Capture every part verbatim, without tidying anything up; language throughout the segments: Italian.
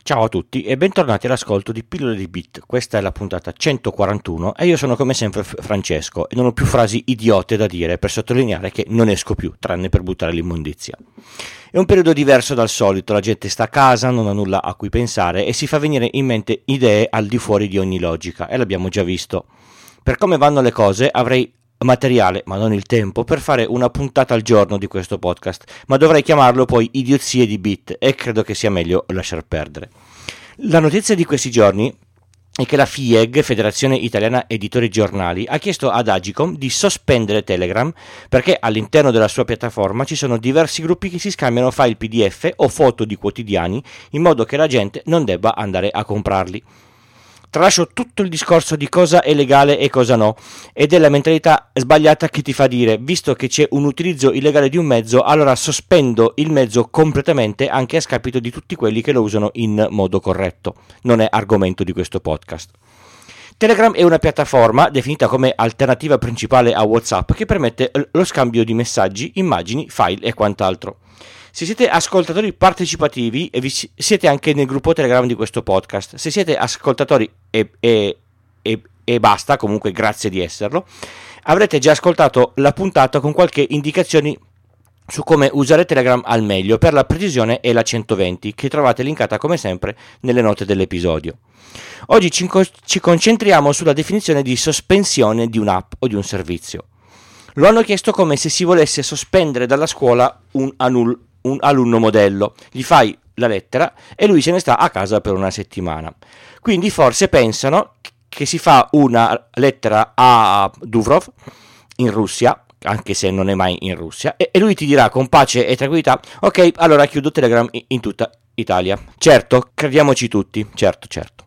Ciao a tutti e bentornati all'ascolto di Pillole di Bit. Questa è la puntata centoquarantuno e io sono come sempre Francesco e non ho più frasi idiote da dire per sottolineare che non esco più, tranne per buttare l'immondizia. È un periodo diverso dal solito, la gente sta a casa, non ha nulla a cui pensare e si fa venire in mente idee al di fuori di ogni logica, e l'abbiamo già visto. Per come vanno le cose avrei materiale, ma non il tempo, per fare una puntata al giorno di questo podcast, ma dovrei chiamarlo poi Idiozie di Bit e credo che sia meglio lasciar perdere. La notizia di questi giorni è che la F I E G, Federazione Italiana Editori Giornali, ha chiesto ad Agicom di sospendere Telegram perché all'interno della sua piattaforma ci sono diversi gruppi che si scambiano file P D F o foto di quotidiani in modo che la gente non debba andare a comprarli. Tralascio tutto il discorso di cosa è legale e cosa no, ed è la mentalità sbagliata che ti fa dire, visto che c'è un utilizzo illegale di un mezzo, allora sospendo il mezzo completamente anche a scapito di tutti quelli che lo usano in modo corretto. Non è argomento di questo podcast. Telegram è una piattaforma definita come alternativa principale a WhatsApp che permette lo scambio di messaggi, immagini, file e quant'altro. Se siete ascoltatori partecipativi e vi siete anche nel gruppo Telegram di questo podcast, se siete ascoltatori e, e, e, e basta, comunque grazie di esserlo, avrete già ascoltato la puntata con qualche indicazione su come usare Telegram al meglio per la precisione e la centoventi, che trovate linkata come sempre nelle note dell'episodio. Oggi ci, ci concentriamo sulla definizione di sospensione di un'app o di un servizio. Lo hanno chiesto come se si volesse sospendere dalla scuola un, anul, un alunno modello. Gli fai la lettera e lui se ne sta a casa per una settimana. Quindi forse pensano che si fa una lettera a Duvrov in Russia, anche se non è mai in Russia, e lui ti dirà con pace e tranquillità: ok, allora chiudo Telegram in tutta Italia. Certo, crediamoci tutti, certo, certo.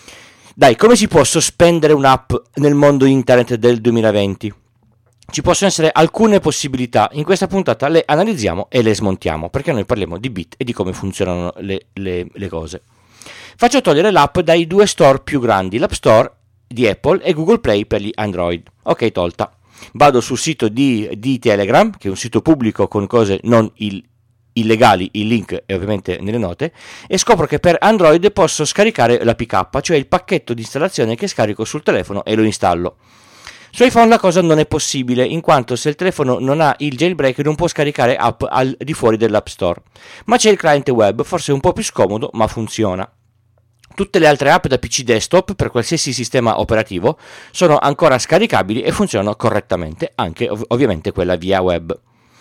Dai, come si può sospendere un'app nel mondo internet del duemilaventi? Ci possono essere alcune possibilità, in questa puntata le analizziamo e le smontiamo, perché noi parliamo di bit e di come funzionano le, le, le cose. Faccio togliere l'app dai due store più grandi, l'App Store di Apple e Google Play per gli Android. Ok, tolta. Vado sul sito di, di Telegram, che è un sito pubblico con cose non il, illegali, il link è ovviamente nelle note, e scopro che per Android posso scaricare l'A P K, cioè il pacchetto di installazione che scarico sul telefono e lo installo. Su iPhone la cosa non è possibile, in quanto se il telefono non ha il jailbreak non può scaricare app al di fuori dell'App Store. Ma c'è il cliente web, forse un po' più scomodo, ma funziona. Tutte le altre app da P C desktop per qualsiasi sistema operativo sono ancora scaricabili e funzionano correttamente, anche ov- ovviamente quella via web.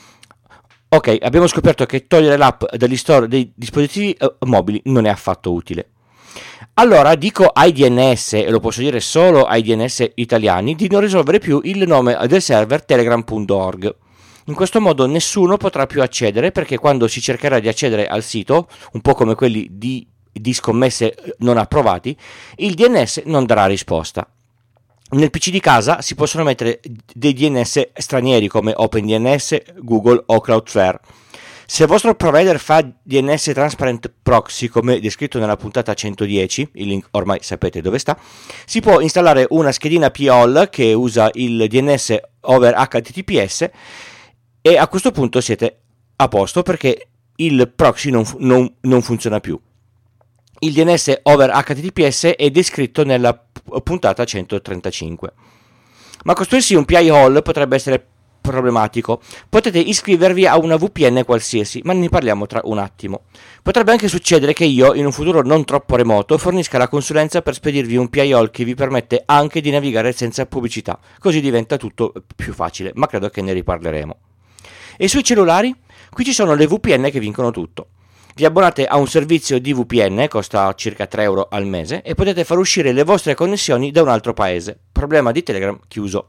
Ok, abbiamo scoperto che togliere l'app dagli store dei dispositivi eh, mobili non è affatto utile. Allora dico ai D N S, e lo posso dire solo ai D N S italiani, di non risolvere più il nome del server telegram punto org. In questo modo nessuno potrà più accedere, perché quando si cercherà di accedere al sito, un po' come quelli di, di scommesse non approvati, il D N S non darà risposta. Nel P C di casa si possono mettere dei D N S stranieri come OpenDNS, Google o Cloudflare. Se il vostro provider fa D N S Transparent Proxy, come descritto nella puntata centodieci, il link ormai sapete dove sta, si può installare una schedina P O L che usa il D N S over H T T P S e a questo punto siete a posto, perché il proxy non, non, non funziona più. Il D N S over H T T P S è descritto nella puntata centotrentacinque. Ma costruirsi un P I O L potrebbe essere problematico. Potete iscrivervi a una V P N qualsiasi, ma ne parliamo tra un attimo. Potrebbe anche succedere che io, in un futuro non troppo remoto, fornisca la consulenza per spedirvi un P I O L che vi permette anche di navigare senza pubblicità, così diventa tutto più facile, ma credo che ne riparleremo. E sui cellulari? Qui ci sono le V P N che vincono tutto. Vi abbonate a un servizio di V P N, costa circa tre euro al mese, e potete far uscire le vostre connessioni da un altro paese. Problema di Telegram chiuso.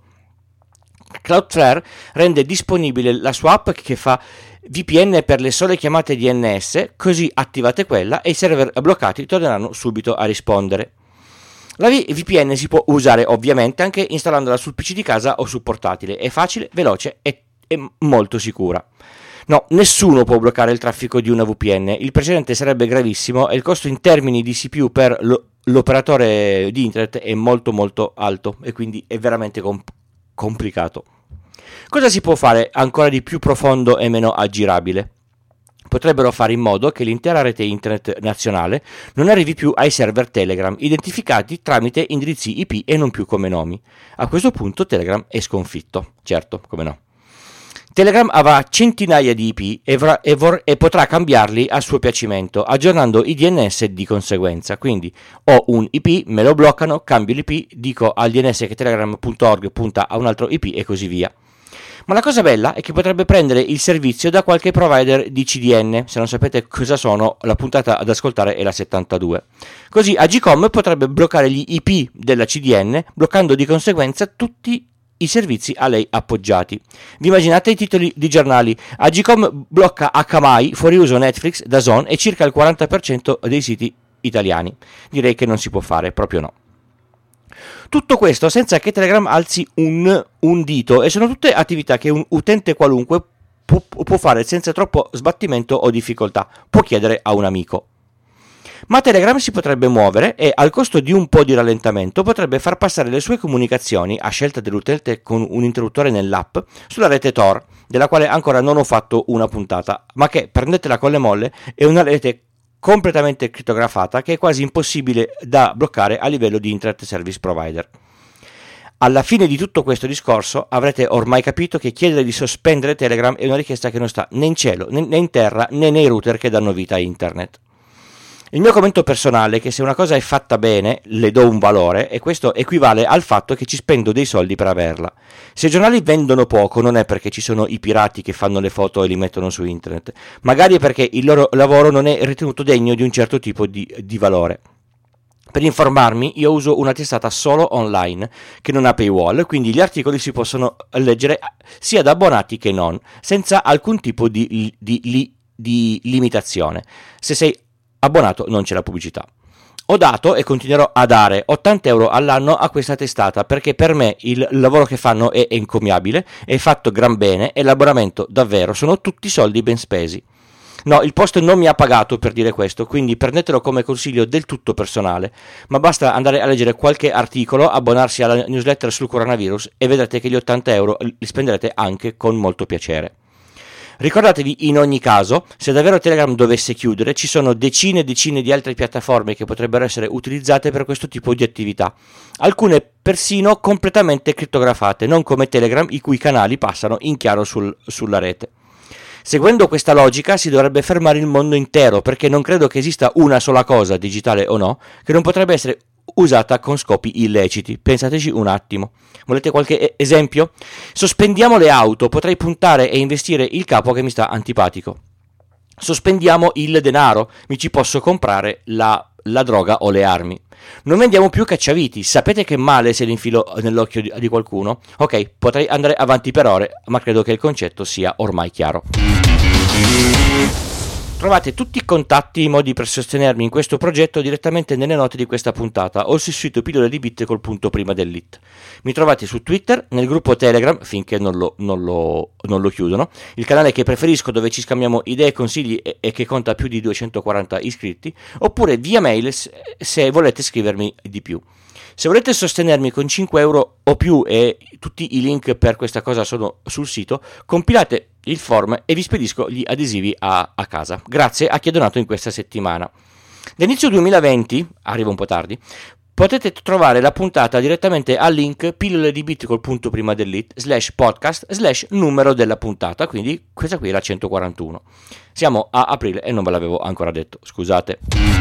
Cloudflare rende disponibile la sua app che fa V P N per le sole chiamate D N S, così attivate quella e i server bloccati torneranno subito a rispondere. La V P N si può usare ovviamente anche installandola sul P C di casa o sul portatile, è facile, veloce e, e molto sicura. No, nessuno può bloccare il traffico di una V P N, il precedente sarebbe gravissimo e il costo in termini di C P U per lo, l'operatore di internet è molto molto alto e quindi è veramente comp- complicato. Cosa si può fare ancora di più profondo e meno aggirabile? potrebbero fare in modo che l'intera rete internet nazionale non arrivi più ai server Telegram, identificati tramite indirizzi I P e non più come nomi. A questo punto Telegram è sconfitto, certo, come no. Telegram avrà centinaia di I P e, vra- e, vor- e potrà cambiarli a suo piacimento, aggiornando i D N S di conseguenza. Quindi ho un I P, me lo bloccano, cambio l'I P, dico al D N S che telegram punto org punta a un altro I P e così via. Ma la cosa bella è che potrebbe prendere il servizio da qualche provider di C D N. Se non sapete cosa sono, la puntata ad ascoltare è la settantadue. Così Agcom potrebbe bloccare gli I P della C D N, bloccando di conseguenza tutti i servizi a lei appoggiati. Vi immaginate i titoli di giornali? Agcom blocca H M I, fuori uso Netflix, DAZN e circa il quaranta per cento dei siti italiani. Direi che non si può fare, proprio no. Tutto questo senza che Telegram alzi un, un dito, e sono tutte attività che un utente qualunque può, può fare senza troppo sbattimento o difficoltà, può chiedere a un amico. Ma Telegram si potrebbe muovere e, al costo di un po' di rallentamento, potrebbe far passare le sue comunicazioni, a scelta dell'utente con un interruttore nell'app, sulla rete Tor, della quale ancora non ho fatto una puntata, ma che, prendetela con le molle, è una rete completamente crittografata che è quasi impossibile da bloccare a livello di Internet Service Provider. Alla fine di tutto questo discorso avrete ormai capito che chiedere di sospendere Telegram è una richiesta che non sta né in cielo né in terra né nei router che danno vita a Internet. Il mio commento personale è che se una cosa è fatta bene, le do un valore, e questo equivale al fatto che ci spendo dei soldi per averla. Se i giornali vendono poco non è perché ci sono i pirati che fanno le foto e li mettono su internet, magari è perché il loro lavoro non è ritenuto degno di un certo tipo di, di valore. Per informarmi io uso una testata solo online che non ha paywall, quindi gli articoli si possono leggere sia da abbonati che non, senza alcun tipo di, di, di, di limitazione. Se sei abbonato non c'è la pubblicità. Ho dato e continuerò a dare ottanta euro all'anno a questa testata perché per me il lavoro che fanno è encomiabile, è fatto gran bene e l'abbonamento davvero sono tutti soldi ben spesi. No, il post non mi ha pagato per dire questo, quindi prendetelo come consiglio del tutto personale, ma basta andare a leggere qualche articolo, abbonarsi alla newsletter sul coronavirus e vedrete che gli ottanta euro li spenderete anche con molto piacere. Ricordatevi in ogni caso, se davvero Telegram dovesse chiudere, ci sono decine e decine di altre piattaforme che potrebbero essere utilizzate per questo tipo di attività, alcune persino completamente crittografate, non come Telegram i cui canali passano in chiaro sul, sulla rete. Seguendo questa logica si dovrebbe fermare il mondo intero, perché non credo che esista una sola cosa, digitale o no, che non potrebbe essere usata con scopi illeciti. Pensateci un attimo. Volete qualche esempio? Sospendiamo le auto, potrei puntare e investire il capo che mi sta antipatico. Sospendiamo il denaro, mi ci posso comprare la, la droga o le armi. Non vendiamo più cacciaviti, sapete che male se li infilo nell'occhio di, di qualcuno? Ok, potrei andare avanti per ore, ma credo che il concetto sia ormai chiaro. Trovate tutti i contatti e i modi per sostenermi in questo progetto direttamente nelle note di questa puntata o sul sito pillole di bit col punto prima dell'it. Mi trovate su Twitter, nel gruppo Telegram, finché non lo, non lo, non lo chiudono, il canale che preferisco dove ci scambiamo idee e consigli e, e che conta più di duecentoquaranta iscritti, oppure via mail se volete scrivermi di più. Se volete sostenermi con cinque euro o più, e tutti i link per questa cosa sono sul sito, compilate il form e vi spedisco gli adesivi a, a casa. Grazie a chi ha donato in questa settimana. Da inizio duemilaventi, arriva un po' tardi, potete trovare la puntata direttamente al link pillole di bit col punto prima dell'it slash podcast slash numero della puntata, quindi questa qui è la centoquarantuno. Siamo a aprile e non ve l'avevo ancora detto, scusate.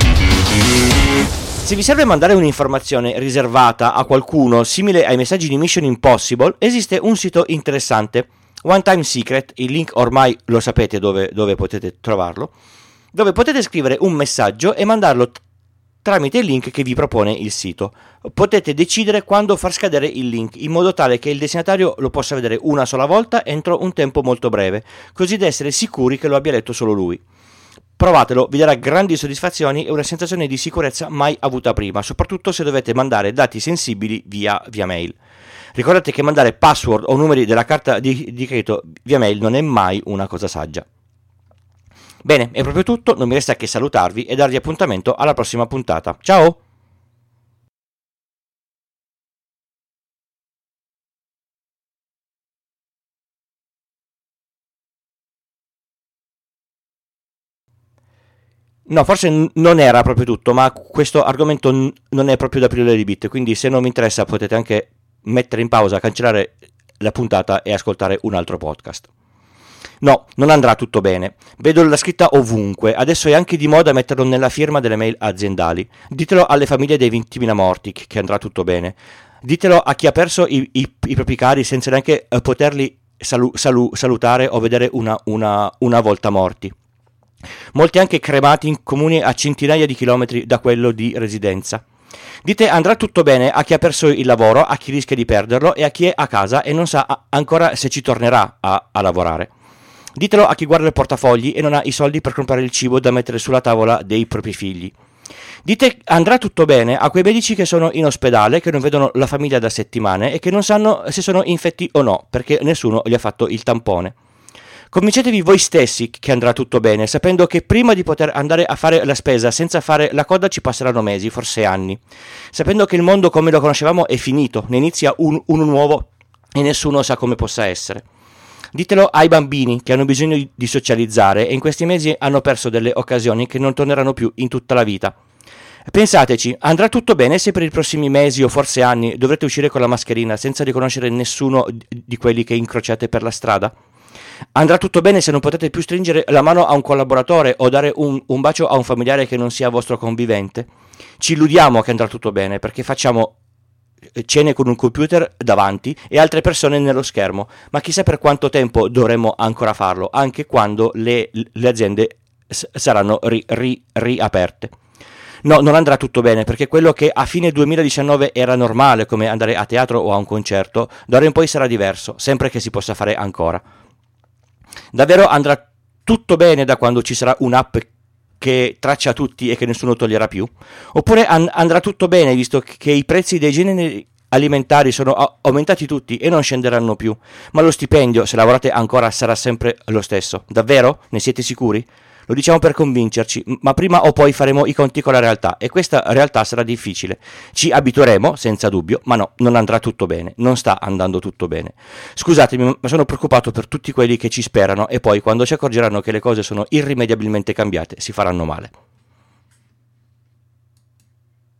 Se vi serve mandare un'informazione riservata a qualcuno simile ai messaggi di Mission Impossible, esiste un sito interessante, One Time Secret, il link ormai lo sapete dove, dove potete trovarlo, dove potete scrivere un messaggio e mandarlo t- tramite il link che vi propone il sito. Potete decidere quando far scadere il link, in modo tale che il destinatario lo possa vedere una sola volta entro un tempo molto breve, così da essere sicuri che lo abbia letto solo lui. Provatelo, vi darà grandi soddisfazioni e una sensazione di sicurezza mai avuta prima, soprattutto se dovete mandare dati sensibili via, via mail. Ricordate che mandare password o numeri della carta di, di credito via mail non è mai una cosa saggia. Bene, è proprio tutto, non mi resta che salutarvi e darvi appuntamento alla prossima puntata. Ciao! No, forse n- non era proprio tutto, ma questo argomento n- non è proprio da pillole di bit, quindi se non vi interessa potete anche mettere in pausa, cancellare la puntata e ascoltare un altro podcast. No, non andrà tutto bene. Vedo la scritta ovunque, adesso è anche di moda metterlo nella firma delle mail aziendali. Ditelo alle famiglie dei ventimila morti che andrà tutto bene. Ditelo a chi ha perso i, i, i propri cari senza neanche eh, poterli salu- salu- salutare o vedere una, una, una volta morti. Molti anche cremati in comuni a centinaia di chilometri da quello di residenza. Dite andrà tutto bene a chi ha perso il lavoro, a chi rischia di perderlo e a chi è a casa e non sa ancora se ci tornerà a, a lavorare. Ditelo a chi guarda il portafogli e non ha i soldi per comprare il cibo da mettere sulla tavola dei propri figli. Dite andrà tutto bene a quei medici che sono in ospedale, che non vedono la famiglia da settimane e che non sanno se sono infetti o no, perché nessuno gli ha fatto il tampone. Convincetevi voi stessi che andrà tutto bene, sapendo che prima di poter andare a fare la spesa senza fare la coda ci passeranno mesi, forse anni. Sapendo che il mondo come lo conoscevamo è finito, ne inizia un, uno nuovo e nessuno sa come possa essere. Ditelo ai bambini che hanno bisogno di socializzare e in questi mesi hanno perso delle occasioni che non torneranno più in tutta la vita. Pensateci, andrà tutto bene se per i prossimi mesi o forse anni dovrete uscire con la mascherina senza riconoscere nessuno di quelli che incrociate per la strada? Andrà tutto bene se non potete più stringere la mano a un collaboratore o dare un, un bacio a un familiare che non sia vostro convivente? Ci illudiamo che andrà tutto bene perché facciamo cene con un computer davanti e altre persone nello schermo, ma chissà per quanto tempo dovremo ancora farlo, anche quando le, le aziende s- saranno ri, ri, riaperte. No, non andrà tutto bene perché quello che a fine duemiladiciannove era normale come andare a teatro o a un concerto, d'ora in poi sarà diverso, sempre che si possa fare ancora. Davvero andrà tutto bene da quando ci sarà un'app che traccia tutti e che nessuno toglierà più? Oppure an- andrà tutto bene visto che i prezzi dei generi alimentari sono a- aumentati tutti e non scenderanno più, ma lo stipendio, se lavorate ancora, sarà sempre lo stesso? Davvero? Ne siete sicuri? Lo diciamo per convincerci, ma prima o poi faremo i conti con la realtà e questa realtà sarà difficile. Ci abitueremo, senza dubbio, ma no, non andrà tutto bene, non sta andando tutto bene. Scusatemi, ma sono preoccupato per tutti quelli che ci sperano e poi, quando si accorgeranno che le cose sono irrimediabilmente cambiate, si faranno male.